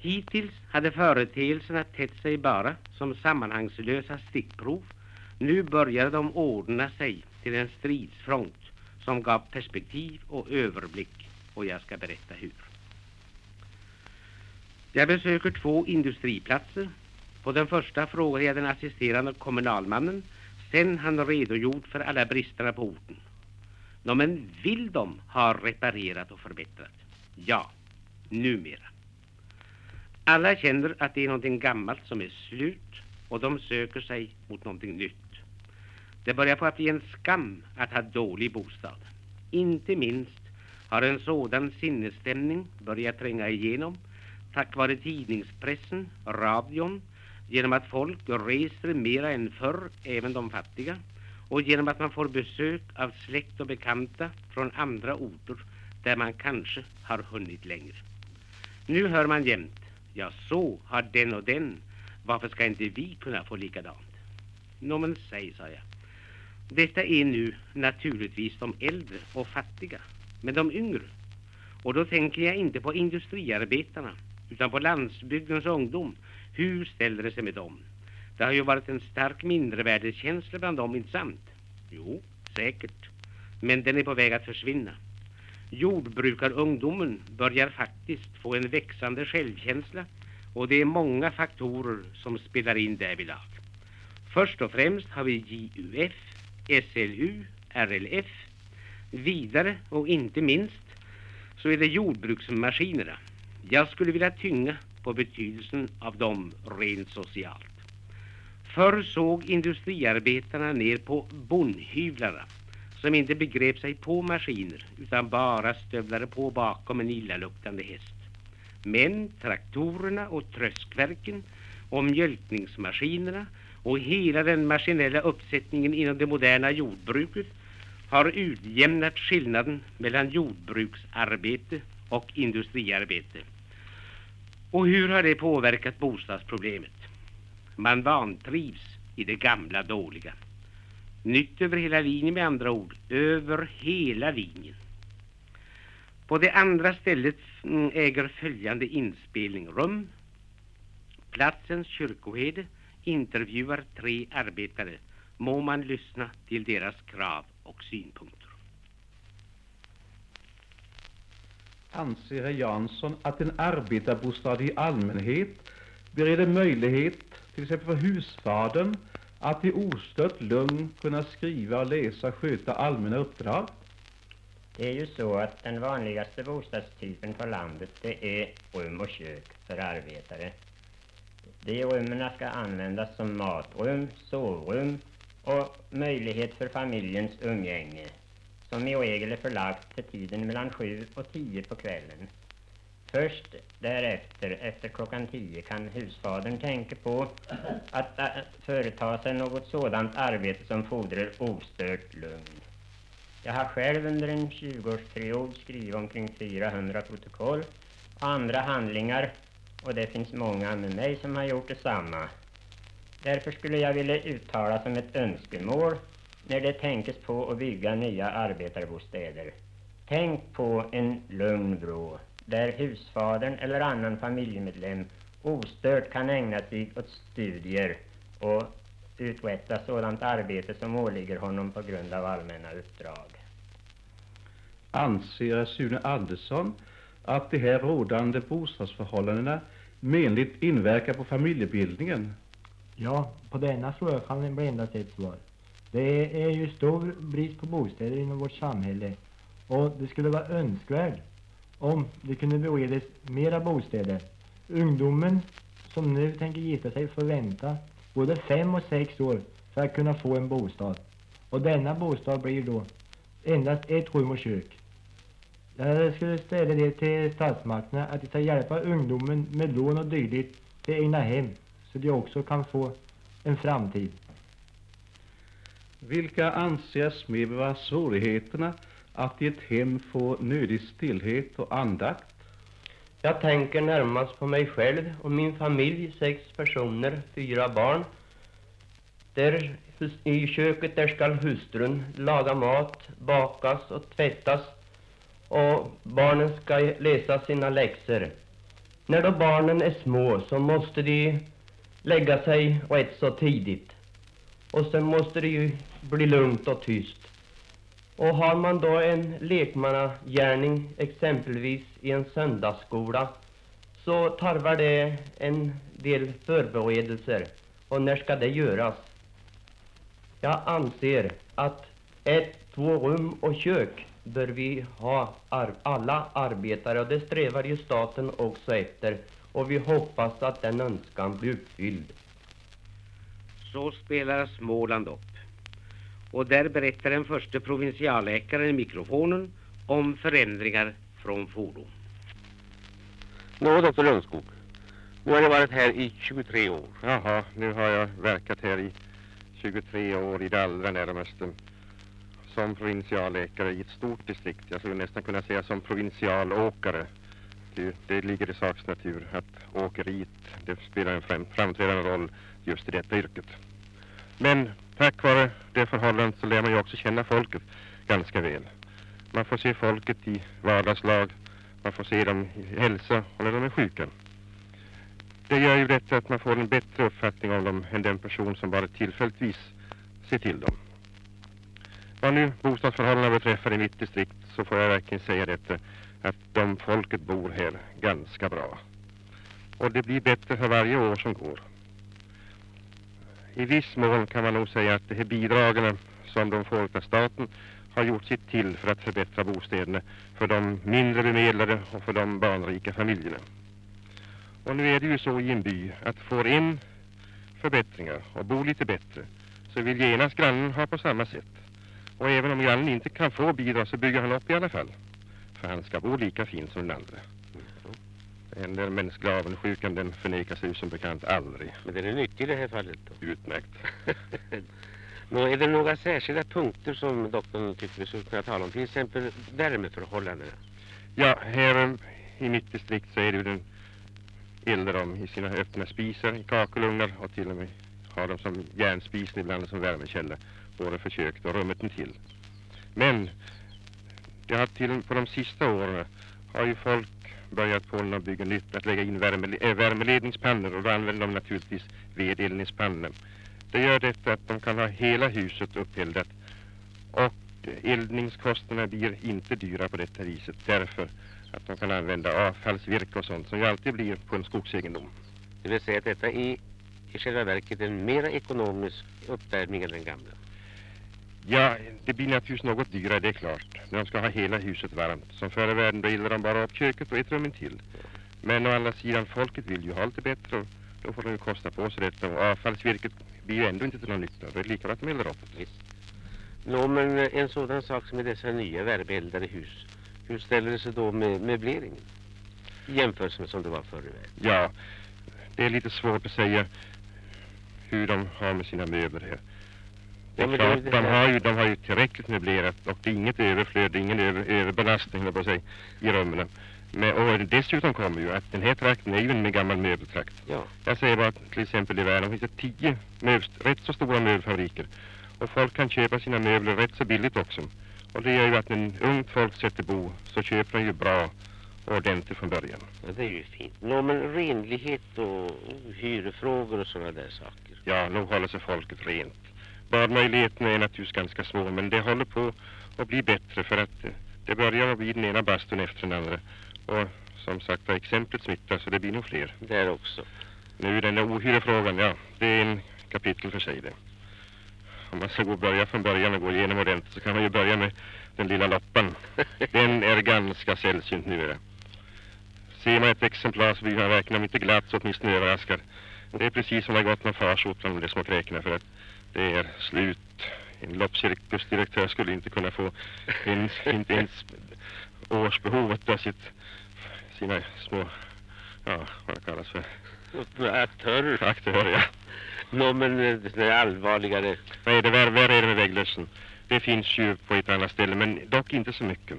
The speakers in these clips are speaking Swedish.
Hittills hade företeelserna tätt sig bara som sammanhangslösa stickprov. Nu började de ordna sig till en stridsfront som gav perspektiv och överblick, och jag ska berätta hur. Jag besöker 2 industriplatser. På den första frågar jag den assisterande kommunalmannen sen han redogjort för alla bristerna på orten. Men vill de ha reparerat och förbättrat? Ja, numera. Alla känner att det är någonting gammalt som är slut, och de söker sig mot någonting nytt. Det börjar på att bli en skam att ha dålig bostad. Inte minst har en sådan sinnesstämning börjat tränga igenom tack vare tidningspressen, radion, genom att folk reser mera än förr, även de fattiga, och genom att man får besök av släkt och bekanta från andra orter där man kanske har hunnit längre. Nu hör man jämt: ja, så har den och den, varför ska inte vi kunna få likadant? Men säg, sa jag, detta är nu naturligtvis de äldre och fattiga, men de yngre, och då tänker jag inte på industriarbetarna utan på landsbygdens ungdom. Hur ställer det sig med dem? Det har ju varit en stark mindrevärdekänsla bland dem, inte sant? Jo, säkert, men den är på väg att försvinna. Jordbrukarungdomen börjar faktiskt få en växande självkänsla, och det är många faktorer som spelar in därvidlag. Först och främst har vi JUF, SLU, RLF. Vidare och inte minst så är det jordbruksmaskinerna. Jag skulle vilja tynga på betydelsen av dem rent socialt. Förr såg industriarbetarna ner på bondhyvlarna som inte begrep sig på maskiner utan bara stövlade på bakom en illaluktande häst. Men traktorerna och tröskverken och mjölkningsmaskinerna och hela den maskinella uppsättningen inom det moderna jordbruket har utjämnat skillnaden mellan jordbruksarbete och industriarbete. Och hur har det påverkat bostadsproblemet? Man vantrivs i det gamla dåliga. Nytt över hela linjen, med andra ord, över hela linjen. På det andra stället äger följande inspelning rum. Platsens kyrkoherde intervjuar 3 arbetare. Må man lyssna till deras krav och synpunkter. Anser herr Jansson att en arbetarbostad i allmänhet bereder möjlighet till exempel för husfadern att i ostört lugn kunna skriva, läsa, sköta allmänna uppdrag? Det är ju så att den vanligaste bostadstypen på landet, det är rum och kök för arbetare. De rummen ska användas som matrum, sovrum och möjlighet för familjens umgänge, som i regel är förlagt till tiden mellan 7 och 10 på kvällen. Först därefter, efter klockan 10, kan husfadern tänka på att företa sig något sådant arbete som fordrar ostört lugn. Jag har själv under en 20-årsperiod skrivit omkring 400 protokoll och andra handlingar, och det finns många med mig som har gjort detsamma. Därför skulle jag vilja uttala som ett önskemål när det tänkes på att bygga nya arbetarbostäder. Tänk på en lugn vrå där husfadern eller annan familjemedlem ostört kan ägna sig åt studier och uträtta sådant arbete som åligger honom på grund av allmänna uppdrag. Anser Sune Andersson att de här rådande bostadsförhållandena menligt inverkar på familjebildningen? Ja, på denna fråga kan det bli endast ett svar. Det är ju stor brist på bostäder inom vårt samhälle, och det skulle vara önskvärt om det kunde beredas mera bostäder. Ungdomen som nu tänker gifta sig får vänta både 5 och 6 år för att kunna få en bostad. Och denna bostad blir då endast ett rum och kök. Jag skulle ställa det till statsmakterna att de ska hjälpa ungdomen med lån och dylikt till egna hem, så de också kan få en framtid. Vilka anses med vara svårigheterna att i ett hem få nödig stillhet och andakt? Jag tänker närmast på mig själv och min familj, 6 personer, 4 barn. Där i köket där ska hustrun laga mat, bakas och tvättas, och barnen ska läsa sina läxor. När då barnen är små så måste de lägga sig rätt så tidigt. Och sen måste det ju bli lugnt och tyst. Och har man då en lekmannagärning exempelvis i en söndagsskola så tarvar det en del förberedelser. Och när ska det göras? Jag anser att 1-2 rum och kök bör vi ha alla arbetare, och det strävar ju staten också efter, och vi hoppas att den önskan blir uppfylld. Så spelar Småland upp. Och där berättar den första provinsialläkaren i mikrofonen om förändringar från fordon. Nå, doktor Lundskog. Nu har jag varit här i 23 år. Jaha, nu har jag verkat här i 23 år i det allra närmaste som provinsialläkare i ett stort distrikt. Jag skulle nästan kunna säga som provinsialåkare. Det ligger i saks natur att åkeriet, det spelar en framträdande roll just i detta yrket. Men tack vare det förhållandet så lär man ju också känna folket ganska väl. Man får se folket i vardagslag, man får se dem i hälsa och när de är sjuka. Det gör ju detta att man får en bättre uppfattning om dem än den person som bara tillfälligtvis ser till dem. Vad nu bostadsförhållandena beträffar i mitt distrikt så får jag verkligen säga detta, att de folket bor här ganska bra. Och det blir bättre för varje år som går. I viss mån kan man nog säga att de här bidragen som de får av staten har gjort sitt till för att förbättra bostäderna för de mindre bemedlade och för de barnrika familjerna. Och nu är det ju så i en by att får en förbättringar och bo lite bättre så vill genast grannen ha på samma sätt. Och även om grannen inte kan få bidrag så bygger han upp i alla fall. För han ska bo lika fint som den andra. Den där mänskliga avundsjukan, den förnekar sig som bekant aldrig. Men den är nyttig i det här fallet då. Utmärkt. Nå, är det några särskilda punkter som doktorn tycker vi skulle kunna tala om? Till exempel värmeförhållandena. Ja, här i mitt distrikt så är det ju den eldar de i sina öppna spisar, i kakelugnar och till och med har de som järnspisen ibland som värmekälla. Både försökt och rummet till. Men det har på de sista åren har ju folk börjat på att bygga nytt, att lägga in värmeledningspannor, och då använder de naturligtvis vedeldningspannor. Det gör detta att de kan ha hela huset upphäldat, och eldningskostnaderna blir inte dyra på detta viset därför att de kan använda avfallsvirke och sånt som ju alltid blir på en skogsegendom. Det vill säga att detta är i själva verket en mera ekonomisk uppvärmning än den gamla. Ja, det blir naturligtvis något dyrare, det är klart. När de ska ha hela huset varmt. Som förr i världen då eldar de bara upp köket och ett rum till. Men å andra sidan, folket vill ju ha lite bättre, och då får de ju kosta på sig detta. Och avfallsvirket blir ju ändå inte till någon nytta. Det är lika att de eldar upp. Visst. Nå, men en sådan sak som är dessa nya värmeeldade hus. Hur ställer det sig då med möbleringen? I jämförelse med som det var förr i världen. Ja, det är lite svårt att säga hur de har med sina möbler här. Det är klart, de har ju tillräckligt möblerat, och det är inget överflöd, det är ingen överbelastning på sig i rummen. Men, och dessutom kommer ju att den här trakten är ju en gammal möbeltrakt. Ja. Jag säger bara till exempel i världen finns det 10 rätt så stora möbelfabriker. Och folk kan köpa sina möbler rätt så billigt också. Och det gör ju att när ungt folk sätter bo så köper de ju bra och ordentligt från början. Ja, det är ju fint. Nå, men renlighet och hyrefrågor och sådana där saker. Ja, nog håller sig folket rent. Badmöjligheterna är naturligtvis ganska små, men det håller på att bli bättre för att det börjar att bli den ena bastun efter den andra. Och som sagt, exemplet smittar så det blir nog fler. Där också. Nu den där ohyrefrågan, ja, det är en kapitel för sig det. Om man ska börja från början och gå igenom ordentligt så kan man ju börja med den lilla loppan. Den är ganska sällsynt nu. Ser man ett exemplar så blir man verkligen inte glatt så åtminstone överraskad. Det är precis som det har gått med farsot bland de små kräkorna, för att det är slut. En loppcirkusdirektör skulle inte kunna få inte ens årsbehovet av sina små, ja, vad det kallas för? Aktörer, ja. Nå, men det är allvarligare. Nej, det värre är det med vägglössen. Det finns ju på ett annat ställe, men dock inte så mycket.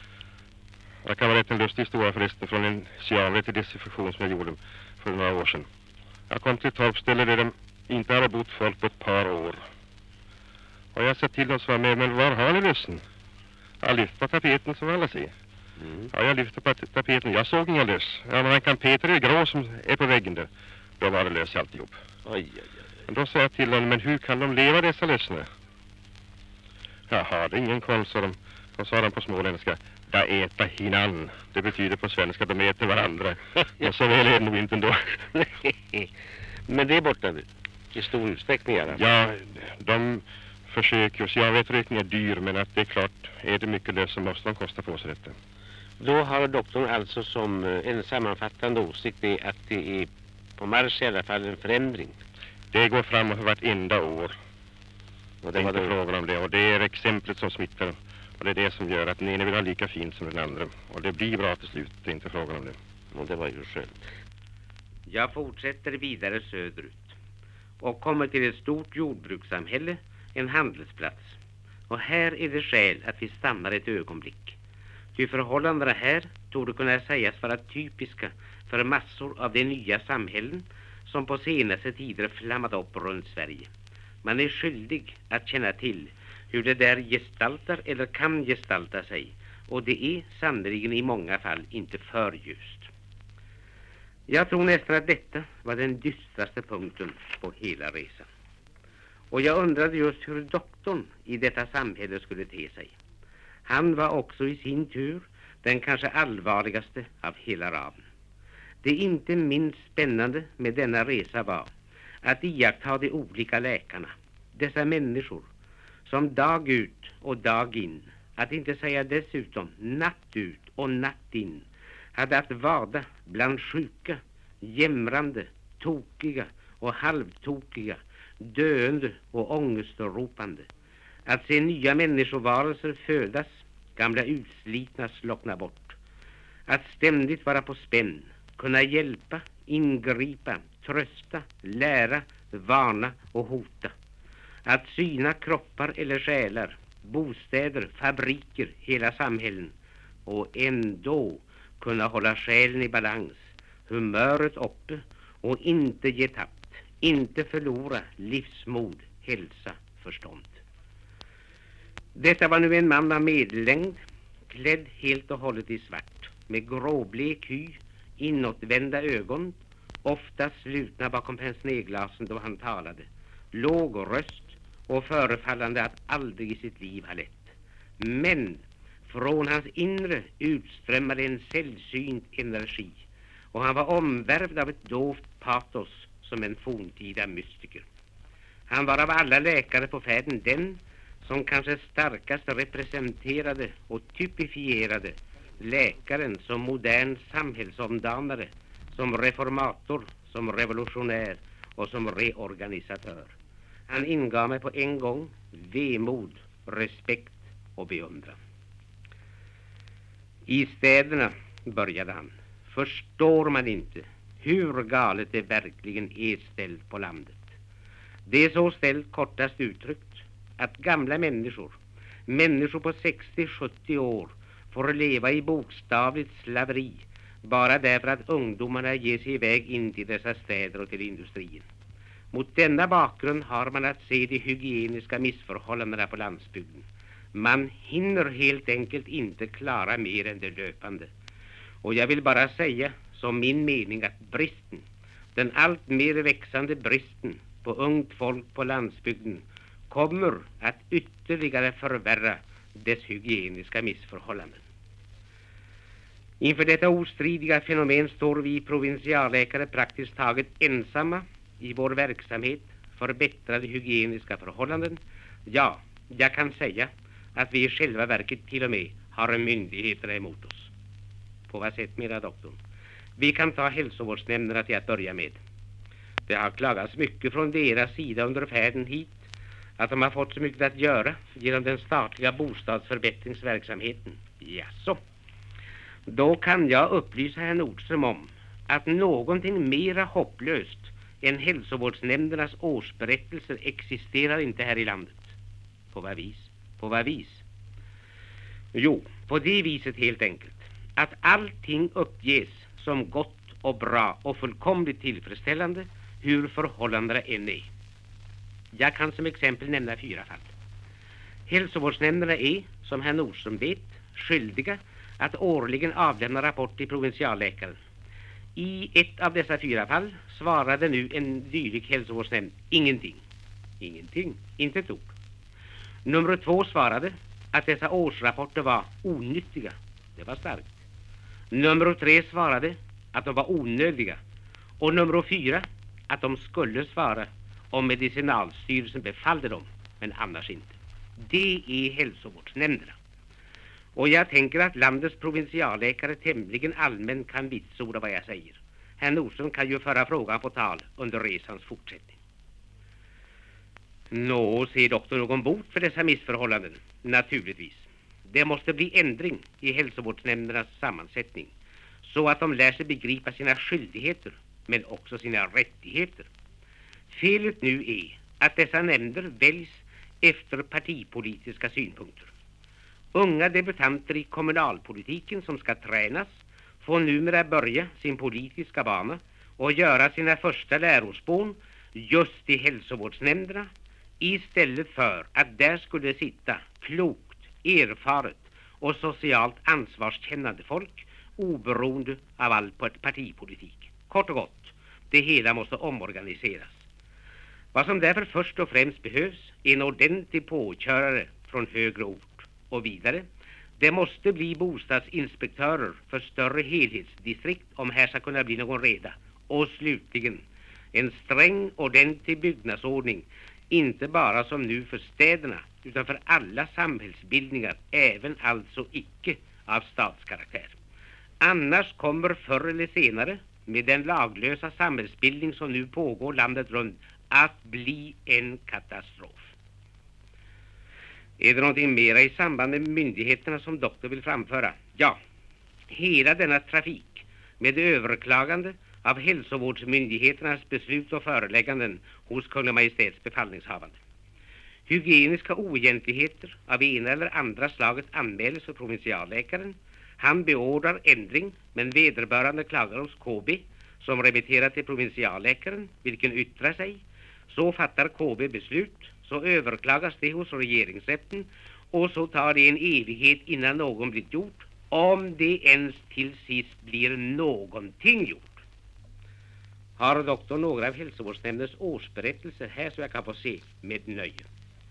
Jag kan berätta en lustig historia förresten från en cianrätt desinfektion som jag gjorde för några år sedan. Jag kom till ett torpställe där de inte hade bott folk på ett par år. Och jag sa till dem som var med, men var har ni lössen? Jag lyft på tapeten som alla ser. Ja, jag lyfte på tapeten. Jag såg inga löss. Ja, men han kan Peter är grå som är på väggen där. Då var det lös alltihop. Oj. Men då säger jag till honom, men hur kan de leva dessa lössna? Jaha, det är ingen konst, sa de. Och sa de på småländska, da äta hinan. Det betyder på svenska, de äter varandra. Och så väl är det nog inte ändå. Men det är borta nu. I stor utsträckning är det. Ja, de försöker. Så jag vet rökning är dyr, men att det är klart, är det mycket lös så måste de kosta på sig detta. Då har doktorn alltså som en sammanfattande åsikt är att det är på marsch i alla fall en förändring. Det går framåt för vartenda år. Och Det är det var inte det. frågan om det. Och det är exemplet som smittar. Och det är det som gör att den ene vill ha lika fint som den andra. Och det blir bra till slut. Det är inte frågan om det. Och det var ju skönt. Jag fortsätter vidare söderut och kommer till ett stort jordbrukssamhälle, en handelsplats. Och här är det skäl att vi stannar ett ögonblick. Ty förhållandena här torde kunna sägas vara typiska för massor av de nya samhällen som på senaste tider flammat upp runt Sverige. Man är skyldig att känna till hur det där gestaltar eller kan gestalta sig, och det är sannoliken i många fall inte för ljust. Jag tror nästan att detta var den dystraste punkten på hela resan. Och jag undrade just hur doktorn i detta samhälle skulle te sig. Han var också i sin tur den kanske allvarligaste av hela raden. Det inte minst spännande med denna resa var att iaktta de olika läkarna, dessa människor som dag ut och dag in, att inte säga dessutom natt ut och natt in, hade att vada bland sjuka, jämrande, tokiga och halvtokiga, döende och ångestropande. Att se nya människovarelser födas, gamla utslitna slockna bort. Att ständigt vara på spänn, kunna hjälpa, ingripa, trösta, lära, varna och hota. Att syna kroppar eller själar, bostäder, fabriker, hela samhällen, och ändå kunna hålla själen i balans, humöret uppe och inte ge tapp, inte förlora livsmod, hälsa, förstånd. Detta var nu en man av medellängd, klädd helt och hållet i svart, med gråblek hy, inåtvända ögon, ofta slutna bakom pensneglasen då han talade, låg röst och förefallande att aldrig i sitt liv ha lätt. Men från hans inre utströmmade en sällsynt energi, och han var omvärvd av ett dovt patos som en forntida mystiker. Han var av alla läkare på färden den som kanske starkast representerade och typifierade läkaren som modern samhällsomdanare, som reformator, som revolutionär och som reorganisatör. Han ingav mig på en gång vemod, respekt och beundran. I städerna, började han, förstår man inte hur galet det verkligen är ställt på landet. Det är så ställt, kortast uttryckt, att gamla människor på 60-70 år får leva i bokstavligt slaveri bara därför att ungdomarna ger sig iväg in till dessa städer och till industrin. Mot denna bakgrund har man att se de hygieniska missförhållandena på landsbygden. Man hinner helt enkelt inte klara mer än det löpande. Och jag vill bara säga som min mening att bristen, den allt mer växande bristen på ungt folk på landsbygden, kommer att ytterligare förvärra dess hygieniska missförhållanden. Inför detta ostridiga fenomen står vi provinsialläkare praktiskt taget ensamma i vår verksamhet för bättrade hygieniska förhållanden. Ja, jag kan säga att vi i själva verket till och med har myndigheterna emot oss. På vad sätt, menar doktorn? Vi kan ta hälsovårdsnämnderna till att börja med. Det har klagats mycket från deras sida under färden hit att de har fått så mycket att göra genom den statliga bostadsförbättringsverksamheten. Jaså? Då kan jag upplysa herr Nordström om att någonting mera hopplöst än hälsovårdsnämndernas årsberättelser existerar inte här i landet. På vad vis? På vad vis? Jo, på det viset helt enkelt att allting uppges som gott och bra och fullkomligt tillfredsställande hur förhållandena än är. Jag kan som exempel nämna 4 fall. Hälsovårdsnämnderna är, som herr Nordström vet, skyldiga att årligen avlämna rapport till provinsialläkaren. I ett av dessa 4 fall svarade nu en dylik hälsovårdsnämnd ingenting. Ingenting, inte ett ord. Nummer 2 svarade att dessa årsrapporter var onyttiga. Det var starkt. Nummer 3 svarade att de var onödiga. Och nummer 4 att de skulle svara om medicinalstyrelsen befallde dem, men annars inte. Det är hälsovårdsnämnderna. Och jag tänker att landets provinsialläkare tämligen allmänt kan vitsorda vad jag säger. Herr Nordström kan ju föra frågan på tal under resans fortsättning. Nå, ser doktor någon bot för dessa missförhållanden? Naturligtvis. Det måste bli ändring i hälsovårdsnämndernas sammansättning så att de lär sig begripa sina skyldigheter men också sina rättigheter. Felet nu är att dessa nämnder väljs efter partipolitiska synpunkter. Unga debutanter i kommunalpolitiken som ska tränas får numera börja sin politiska bana och göra sina första lärospån just i hälsovårdsnämnderna istället för att där skulle sitta klokt, erfaret och socialt ansvarskännande folk oberoende av all partipolitik. Kort och gott, det hela måste omorganiseras. Vad som därför först och främst behövs är en ordentlig påkörare från högre ort. Och vidare, det måste bli bostadsinspektörer för större helhetsdistrikt om här ska kunna bli någon reda. Och slutligen, en sträng ordentlig byggnadsordning, inte bara som nu för städerna utan för alla samhällsbildningar, även alltså icke av statskaraktär. Annars kommer förr eller senare, med den laglösa samhällsbildning som nu pågår landet runt, att bli en katastrof. Är det någonting mera i samband med myndigheterna som doktor vill framföra? Ja, hela denna trafik med överklagande av hälsovårdsmyndigheternas beslut och förelägganden hos Kungl. Majestäts befallningshavande. Hygieniska oegentligheter av ena eller andra slaget anmäls för provinsialläkaren. Han beordrar ändring, men vederbörande klagar hos KB som remitterar till provinsialläkaren, vilken yttrar sig. Så fattar KB beslut, så överklagas det hos regeringsrätten och så tar det en evighet innan någon blir gjort, om det ens till sist blir någonting gjort. Har doktor några av hälsovårdsnämndens årsberättelser här så jag kan få se med nöje?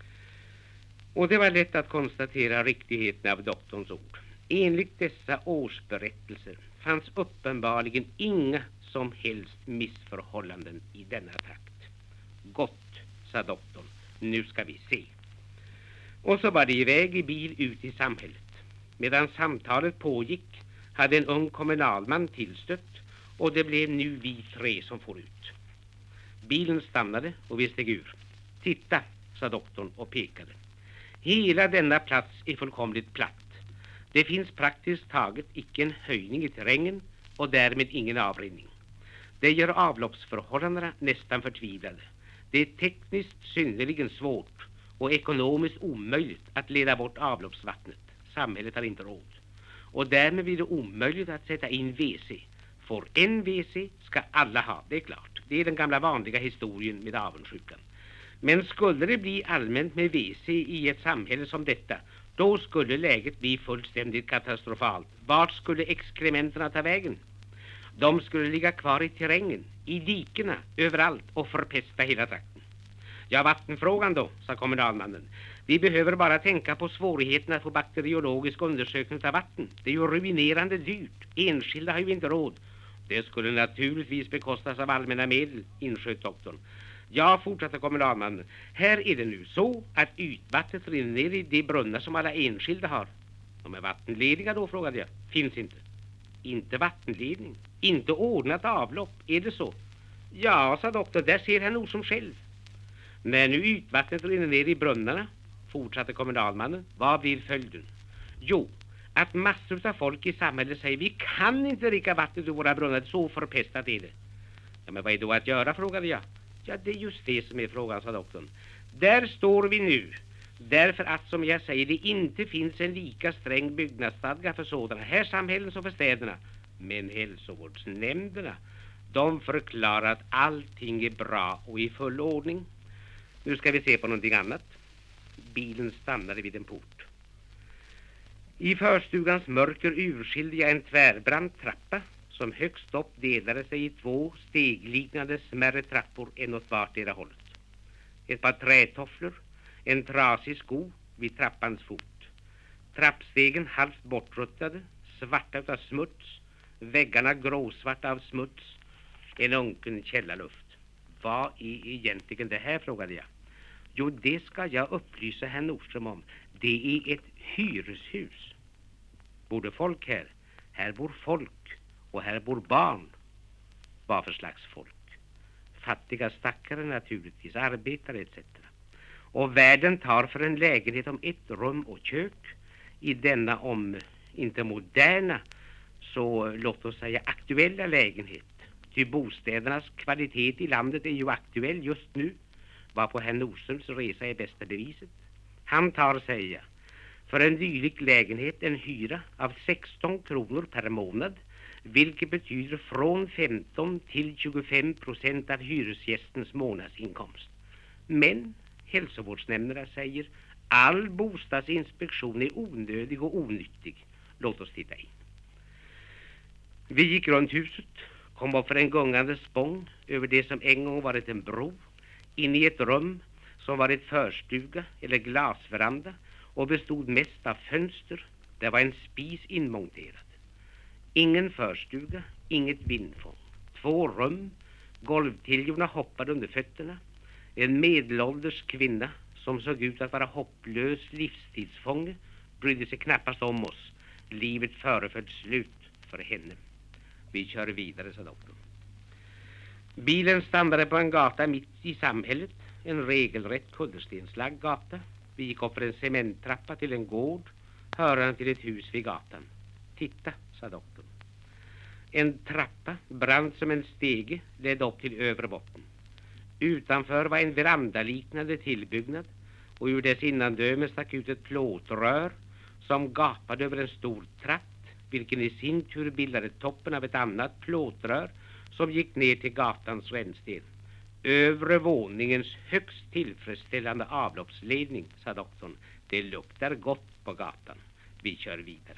Och det var lätt att konstatera riktigheten av doktorns ord. Enligt dessa årsberättelser fanns uppenbarligen inga som helst missförhållanden i denna takt. Gott, sa doktorn, nu ska vi se. Och så var det iväg i bil ut i samhället. Medan samtalet pågick hade en ung kommunalman tillstött och det blev nu vi 3 som får ut. Bilen stannade och vi steg ur. Titta, sa doktorn och pekade. Hela denna plats är fullkomligt platt. Det finns praktiskt taget icke en höjning i terrängen och därmed ingen avrinning. Det gör avloppsförhållandena nästan förtvivlade. Det är tekniskt synnerligen svårt och ekonomiskt omöjligt att leda bort avloppsvattnet. Samhället har inte råd. Och därmed blir det omöjligt att sätta in WC. Får en WC ska alla ha, det är klart. Det är den gamla vanliga historien med avundsjukan. Men skulle det bli allmänt med WC i ett samhälle som detta, då skulle läget bli fullständigt katastrofalt. Vart skulle exkrementerna ta vägen? De skulle ligga kvar i terrängen, i dikena, överallt och förpesta hela trakten. Ja, vattenfrågan då, sa kommunalmannen. Vi behöver bara tänka på svårigheten att få bakteriologisk undersökning av vatten. Det är ju ruinerande dyrt. Enskilda har ju inte råd. Det skulle naturligtvis bekostas av allmänna medel, insköt doktorn. Ja, fortsatte kommunalmannen. Här är det nu så att ytvattnet rinner ner i de brunnar som alla enskilda har. De är vattenlediga då, frågade jag. Finns inte. Inte vattenledning. Inte ordnat avlopp. Är det så? Ja, sa doktor. Där ser han nog som själv. När nu ytvattnet rinner ner i brunnarna, fortsatte kommunalmannen, vad blir följden? Jo, att massor av folk i samhället säger vi kan inte dricka vattnet ur våra brunnar, så förpestat är det. Ja, men vad är då att göra, frågade jag. Ja, det är just det som är frågan, sa doktorn. Där står vi nu, därför att som jag säger det inte finns en lika sträng byggnadsstadga för sådana här samhällen som för städerna. Men hälsovårdsnämnderna, de förklarar att allting är bra och i full ordning. Nu ska vi se på någonting annat. Bilen stannade vid en port. I förstugans mörker urskilde jag en tvärbrant trappa som högst upp delade sig i 2 stegliknande smärre trappor, en åt vartera hållet. Ett par trätofflor, en trasig sko vid trappans fot. Trappstegen halvt bortruttade, svarta av smuts, väggarna gråsvarta av smuts, en unken källarluft. Vad är egentligen det här, frågade jag. Jo, det ska jag upplysa herr Nordström om. Det är ett hyreshus. Bor det folk här? Här bor folk och här bor barn. Vad för slags folk? Fattiga stackare naturligtvis, arbetare etc. Och värden tar för en lägenhet om 1 rum och kök i denna om inte moderna så låt oss säga aktuella lägenhet. Ty bostädernas kvalitet i landet är ju aktuell just nu. Varpå herr Nordströms resa är bästa beviset. Han tar, säger jag, för en dylik lägenhet en hyra av 16 kronor per månad, vilket betyder från 15 till 25% av hyresgästens månadsinkomst. Men hälsovårdsnämnderna säger all bostadsinspektion är onödig och onyttig. Låt oss titta in. Vi gick runt huset, kom upp för en gungande spång över det som en gång varit en bro, in i ett rum som var ett förstuga eller glasveranda och bestod mest av fönster. Det var en spis inmonterad. Ingen förstuga, inget vindfång. 2 rum, golvtiljorna hoppade under fötterna. En medelålders kvinna som såg ut att vara hopplös livstidsfånge brydde sig knappast om oss. Livet föreföll slut för henne. Vi kör vidare, sa doktorn. Bilen stannade på en gata mitt i samhället, en regelrätt kullerstenslagd gata. Vi gick upp för en cementtrappa till en gård, hörande till ett hus vid gatan. Titta, sa doktorn. En trappa, brant som en stege, ledde upp till övre botten. Utanför var en verandaliknande tillbyggnad och ur dess innandöme stack ut ett plåtrör som gapade över en stor tratt, vilken i sin tur bildade toppen av ett annat plåtrör som gick ner till gatans rännsten. Övre våningens högst tillfredsställande avloppsledning, sa doktorn. Det luktar gott på gatan. Vi kör vidare.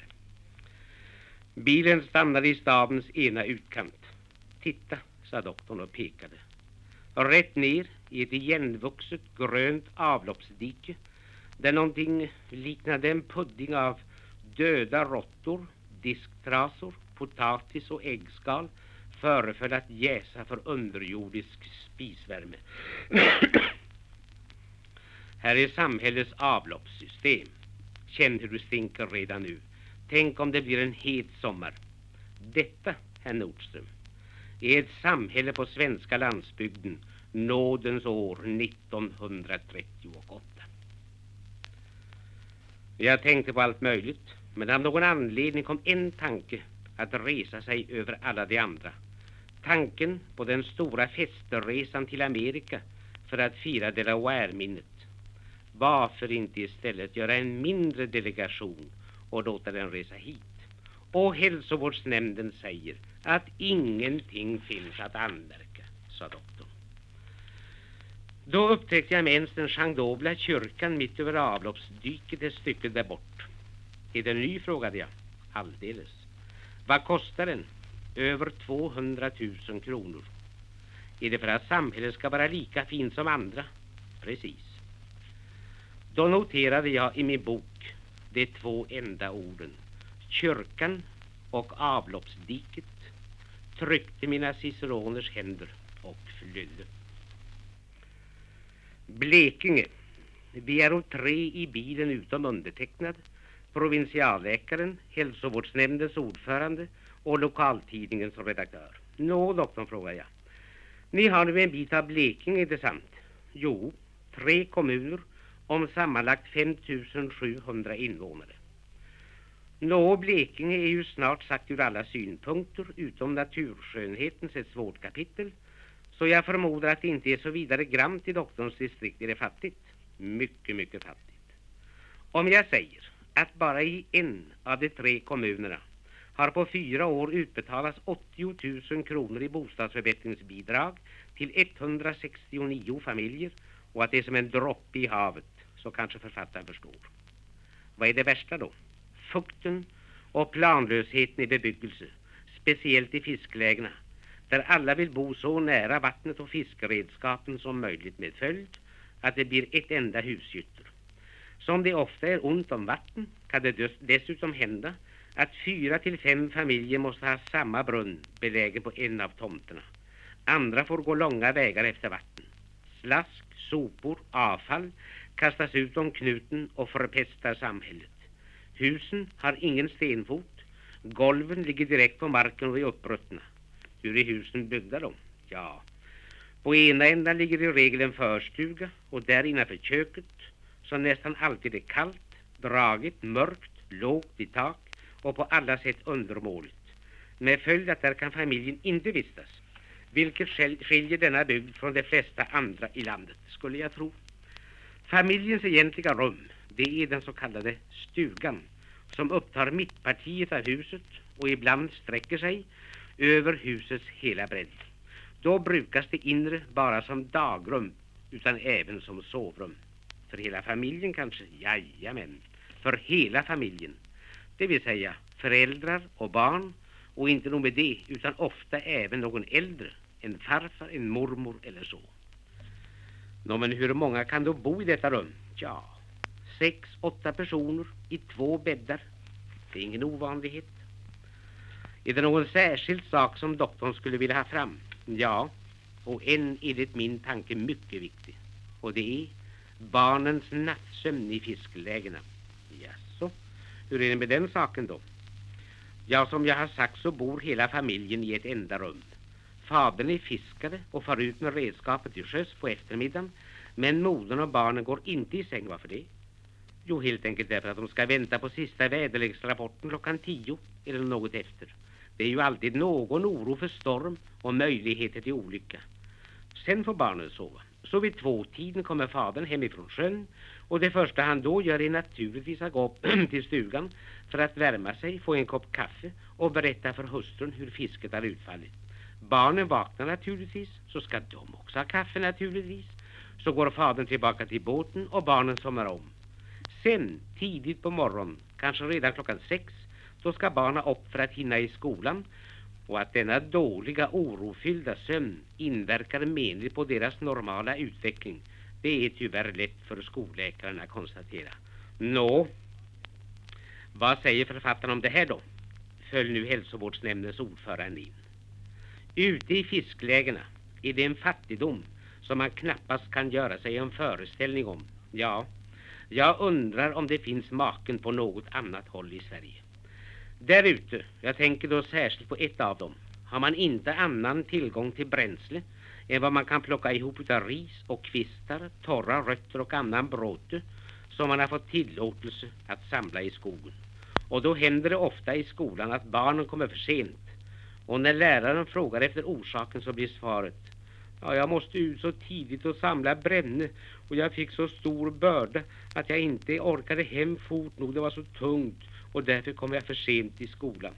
Bilen stannade i stadens ena utkant. Titta, sa doktorn och pekade. Rätt ner i ett igenvuxet grönt avloppsdike där någonting liknade en pudding av döda råttor, disktrasor, potatis och äggskal föreföll att jäsa för underjordisk spisvärme. Här är samhällets avloppssystem. Känn hur du stinker redan nu. Tänk om det blir en het sommar. Detta, herr Nordström, är ett samhälle på svenska landsbygden nådens år 1938. Jag tänkte på allt möjligt, men av någon anledning kom en tanke att resa sig över alla de andra. Tanken på den stora festerresan till Amerika för att fira Delaware-minnet. Varför inte istället göra en mindre delegation och låta den resa hit? Och hälsovårdsnämnden säger att ingenting finns att anmärka, sa doktorn. Då upptäckte jag minst den Jean-Dobla kyrkan mitt över avloppsdyket ett stycke där bort. Är den ny, frågade jag. Alldeles. Vad kostar den? Över 200 000 kronor. Är det för att samhället ska vara lika fint som andra? Precis. Då noterade jag i min bok de 2 enda orden. Kyrkan och avloppsdiket, tryckte mina ciceroners händer och flydde. Blekinge. Vi är 3 i bilen utom undertecknad, provinsialläkaren, hälsovårdsnämndens ordförande och lokaltidningens redaktör. Nå, doktorn, frågar jag. Ni har nu en bit av Blekinge, är det sant? Jo, 3 kommuner om sammanlagt 5700 invånare. Nå, Blekinge är ju snart sagt ur alla synpunkter, utom naturskönhetens ett svårt kapitel, så jag förmodar att det inte är så vidare grant i doktorns distrikt. Är det fattigt? Mycket, mycket fattigt. Om jag säger att bara i en av de 3 kommunerna har på 4 år utbetalats 80 000 kronor i bostadsförbättringsbidrag till 169 familjer och att det är som en droppe i havet, så kanske författaren förstår. Vad är det värsta då? fukten och planlösheten i bebyggelse, speciellt i fisklägena, där alla vill bo så nära vattnet och fiskeredskapen som möjligt, med följd att det blir ett enda husgytter. Som det ofta är ont om vatten kan det dessutom hända att 4 till 5 familjer måste ha samma brunn belägen på en av tomterna. Andra får gå långa vägar efter vatten. Slask, sopor, avfall kastas ut om knuten och förpestar samhället. Husen har ingen stenfot. Golven ligger direkt på marken och är uppruttna. Hur är husen byggda då? Ja, på ena änden ligger i regel en förstuga och där innanför köket, som nästan alltid är kallt, dragigt, mörkt, lågt i tak och på alla sätt undermåligt. Med följd att där kan familjen inte vistas, vilket skiljer denna bygd från de flesta andra i landet, skulle jag tro. Familjens egentliga rum, det är den så kallade stugan, som upptar mittpartiet av huset och ibland sträcker sig över husets hela bredd. Då brukas det inre bara som dagrum, utan även som sovrum. För hela familjen kanske? Jajamän, för hela familjen. Det vill säga föräldrar och barn, och inte nog med det, utan ofta även någon äldre, en farfar, en mormor eller så. Nå, men hur många kan då bo i detta rum? Ja, 6-8 personer i 2 bäddar. Det är ingen ovanlighet. Är det någon särskild sak som doktorn skulle vilja ha fram? Ja, och en enligt min tanke mycket viktig. Och det är barnens nattsömn i fisklägena. Jaså, hur är det med den saken då? Ja, som jag har sagt så bor hela familjen i ett enda rum. Fadern är fiskare och far ut med redskapet till sjöss på eftermiddagen, men modern och barnen går inte i säng. Varför det? Jo, helt enkelt därför att de ska vänta på sista väderleksrapporten klockan 10 eller något efter. Det är ju alltid någon oro för storm och möjligheter till olycka. Sen får barnen sova. Så vid 2-tiden kommer fadern hemifrån sjön, och det första han då gör är naturligtvis att gå upp till stugan för att värma sig, få en kopp kaffe och berätta för hustrun hur fisket har utfallit. Barnen vaknar naturligtvis, så ska de också ha kaffe naturligtvis. Så går fadern tillbaka till båten och barnen somnar om. Sen, tidigt på morgonen, kanske redan klockan 6, då ska barnen upp för att hinna i skolan, och att denna dåliga, orofyllda sömn inverkar menligt på deras normala utveckling, det är tyvärr lätt för skolläkaren att konstatera. Nå, vad säger författaren om det här då? Föll nu hälsovårdsnämndens ordförande in. Ute i fisklägena är det en fattigdom som man knappast kan göra sig en föreställning om. Ja, jag undrar om det finns maken på något annat håll i Sverige. Där ute, jag tänker då särskilt på ett av dem, har man inte annan tillgång till bränsle än vad man kan plocka ihop av ris och kvistar, torra rötter och annan bråte som man har fått tillåtelse att samla i skogen. Och då händer det ofta i skolan att barnen kommer för sent. Och när läraren frågar efter orsaken så blir svaret: ja, jag måste ut så tidigt och samla bränne, och jag fick så stor börda att jag inte orkade hem fort nog, det var så tungt, och därför kom jag för sent i skolan.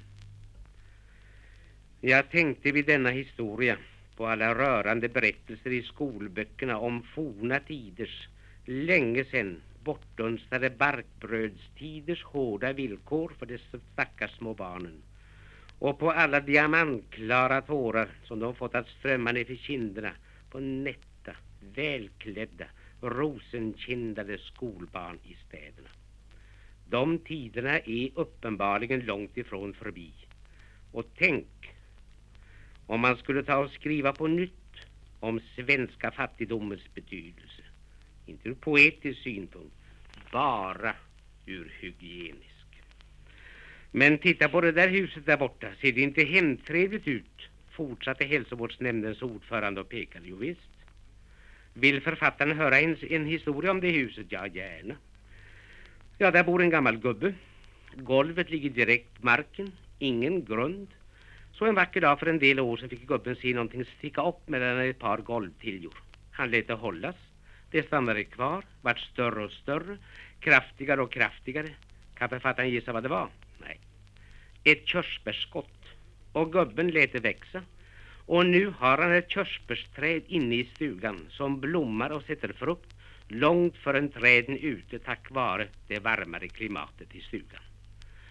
Jag tänkte vid denna historia på alla rörande berättelser i skolböckerna om forna tiders, länge sedan bortdunstade barkbrödstiders hårda villkor för de stackars små barnen, och på alla diamantklara tårar som de fått att strömma ner till kinderna på nätta, välklädda, rosenkindade skolbarn i städerna. De tiderna är uppenbarligen långt ifrån förbi. Och tänk om man skulle ta och skriva på nytt om svenska fattigdomens betydelse. Inte ur poetisk synpunkt, bara ur hygienisk. Men titta på det där huset där borta, ser det inte hemtrevligt ut? Fortsatte hälsovårdsnämndens ordförande och pekade. Jo visst. Vill författaren höra en historia om det huset? Ja, gärna. Ja, där bor en gammal gubbe. Golvet ligger direkt på marken, ingen grund. Så en vacker dag för en del år sedan fick gubben se någonting sticka upp mellan ett par golvtiljor. Han lät det hållas. Det stannade kvar, vart större och större, kraftigare och kraftigare. Kan författaren gissa vad det var? Nej. Ett körsbärsskott. Och gubben lät det växa. Och nu har han ett körsbärsträd inne i stugan som blommar och sätter frukt långt förrän träden ute tack vare det varmare klimatet i stugan.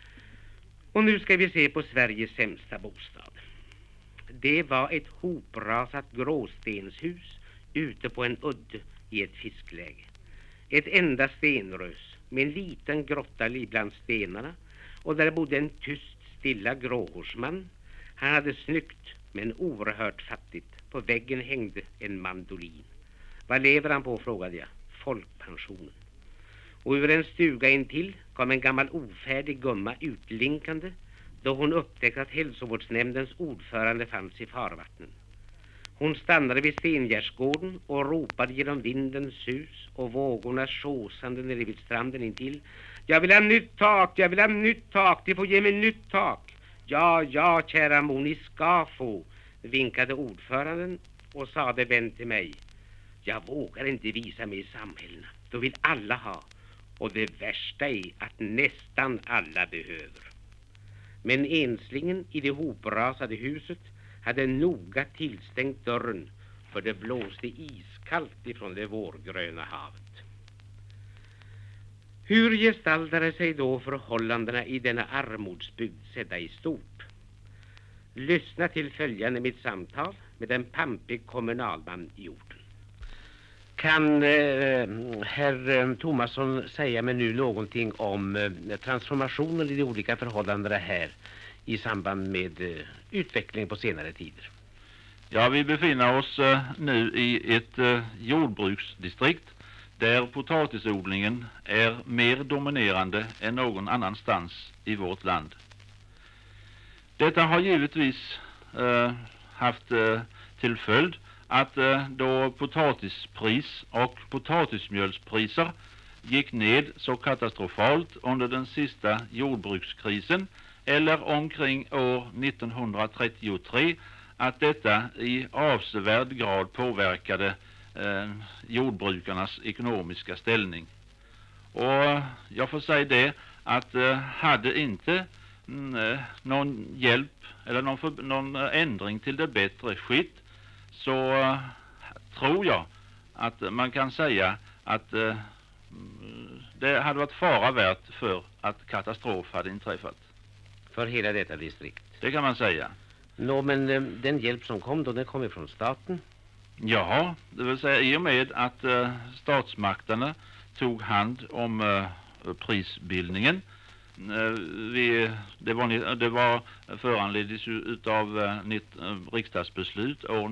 Och nu ska vi se på Sveriges sämsta bostad. Det var ett hoprasat gråstenshus ute på en udde i ett fiskläge. Ett enda stenrös med en liten grotta bland stenarna, och där bodde en tyst, stilla gråhårsman. Han hade snyggt men oerhört fattigt. På väggen hängde en mandolin. Vad lever han på, frågade jag. Folkpensionen. Och ur en stuga intill kom en gammal ofärdig gumma utlinkande då hon upptäckte att hälsovårdsnämndens ordförande fanns i farvattnen. Hon stannade vid stengärdsgården och ropade genom vindens sus och vågornas sjåsande nere vid stranden intill. Jag vill ha nytt tak, jag vill ha nytt tak, de får ge mig nytt tak. Ja, kära mor, ni ska få, vinkade ordföranden och sade vänd till mig. Jag vågar inte visa mig i samhällena, då vill alla ha. Och det värsta är att nästan alla behöver. Men enslingen i det hoprasade huset hade noga tillstängt dörren, för det blåste iskallt ifrån det vårgröna havet. Hur gestaltade sig då förhållandena i denna armodsbygd sedda i stort? Lyssna till följande mitt samtal med en pampig kommunalman i orten. Kan herr Thomasson säga mig nu någonting om transformationen i de olika förhållandena här i samband med utvecklingen på senare tider? Ja, vi befinner oss nu i ett jordbruksdistrikt där potatisodlingen är mer dominerande än någon annanstans i vårt land. Detta har givetvis haft till följd att då potatispris och potatismjölspriser gick ned så katastrofalt under den sista jordbrukskrisen eller omkring år 1933 att detta i avsevärd grad påverkade jordbrukarnas ekonomiska ställning. Och jag får säga det att hade inte någon hjälp eller någon ändring till det bättre skett, så tror jag att man kan säga att det hade varit fara värt för att katastrof hade inträffat. För hela detta distrikt? Det kan man säga. Nå, men den hjälp som kom då, den kom ifrån staten? Ja, det vill säga i och med att statsmakterna tog hand om prisbildningen. Det var föranleddes utav riksdagsbeslut år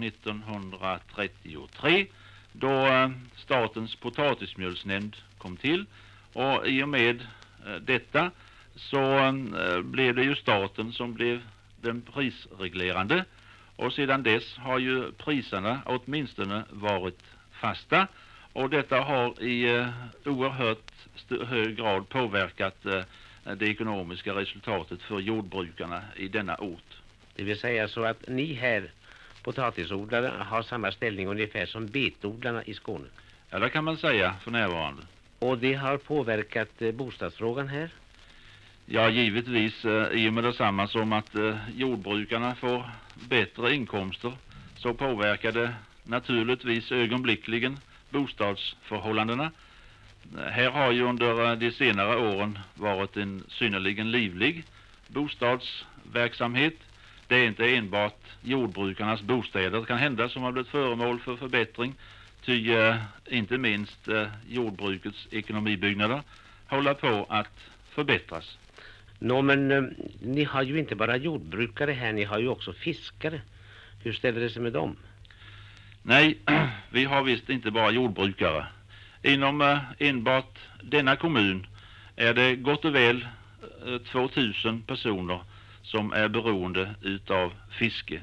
1933 då statens potatismjölsnämnd kom till, och i och med detta så blev det ju staten som blev den prisreglerande, och sedan dess har ju priserna åtminstone varit fasta, och detta har i oerhört hög grad påverkat det ekonomiska resultatet för jordbrukarna i denna ort. Det vill säga så att ni här potatisodlare har samma ställning ungefär som betodlarna i Skåne? Ja, det kan man säga för närvarande. Och det har påverkat bostadsfrågan här? Ja, givetvis i och med detsamma som att jordbrukarna får bättre inkomster, så påverkar det naturligtvis ögonblickligen bostadsförhållandena. Här har ju under de senare åren varit en synnerligen livlig bostadsverksamhet. Det är inte enbart jordbrukarnas bostäder kan hända som har blivit föremål för förbättring, ty inte minst jordbrukets ekonomibyggnader håller på att förbättras. Nå, men ni har ju inte bara jordbrukare här, ni har ju också fiskare. Hur ställer det sig med dem? Nej, vi har visst inte bara jordbrukare. Inom enbart denna kommun är det gott och väl 2000 personer som är beroende utav fiske.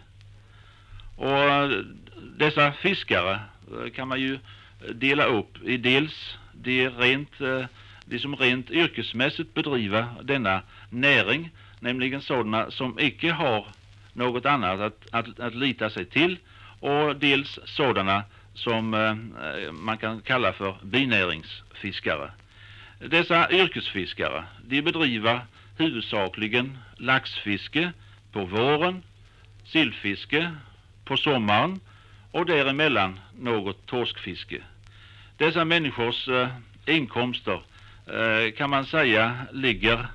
Och dessa fiskare kan man ju dela upp i dels de som rent yrkesmässigt bedriver denna näring, nämligen sådana som icke har något annat att lita sig till, och dels sådana som man kan kalla för binäringsfiskare. Dessa yrkesfiskare, de bedriver huvudsakligen laxfiske på våren, sillfiske på sommaren och däremellan något torskfiske. Dessa människors inkomster kan man säga ligger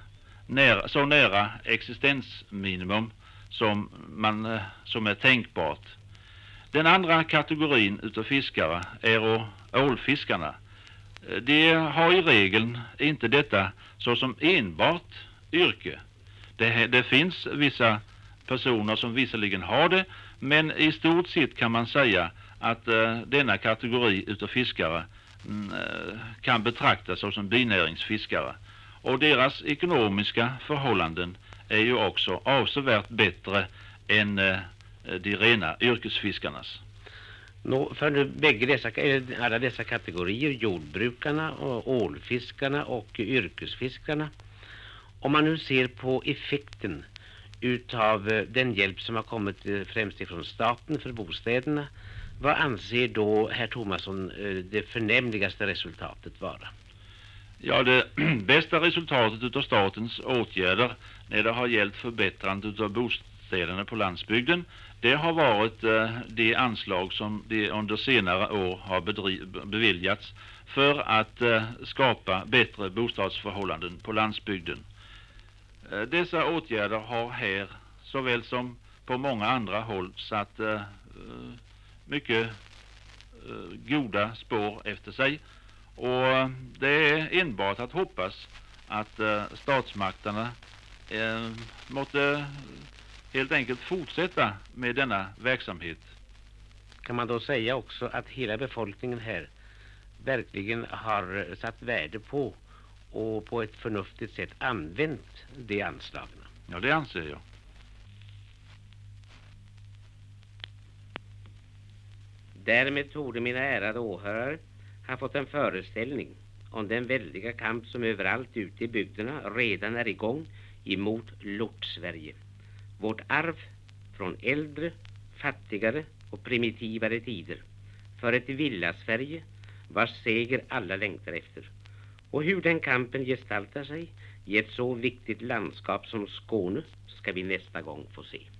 så nära existensminimum som är tänkbart. Den andra kategorin utav fiskare är ålfiskarna. De har i regel inte detta såsom enbart yrke. Det finns vissa personer som visserligen har det, men i stort sett kan man säga att denna kategori utav fiskare kan betraktas som binäringsfiskare. Och deras ekonomiska förhållanden är ju också avsevärt bättre än de rena yrkesfiskarnas. För alla dessa kategorier, jordbrukarna, och ålfiskarna och yrkesfiskarna, om man nu ser på effekten utav den hjälp som har kommit främst ifrån staten för bostäderna, vad anser då herr Thomasson det förnämligaste resultatet vara? Ja, det bästa resultatet utav statens åtgärder när det har gällt förbättrandet av bostäderna på landsbygden, det har varit de anslag som de under senare år har beviljats för att skapa bättre bostadsförhållanden på landsbygden. Dessa åtgärder har här såväl som på många andra håll satt mycket goda spår efter sig, och det är enbart att hoppas att statsmakterna måtte helt enkelt fortsätta med denna verksamhet. Kan man då säga också att hela befolkningen här verkligen har satt värde på och på ett förnuftigt sätt använt de anslagna? Ja, det anser jag. Därmed torde mina ärade åhörare ha fått en föreställning om den väldiga kamp som överallt ute i bygderna redan är igång emot Lort-Sverige. Vårt arv från äldre, fattigare och primitivare tider för ett villa-Sverige vars seger alla längtar efter. Och hur den kampen gestaltar sig i ett så viktigt landskap som Skåne ska vi nästa gång få se.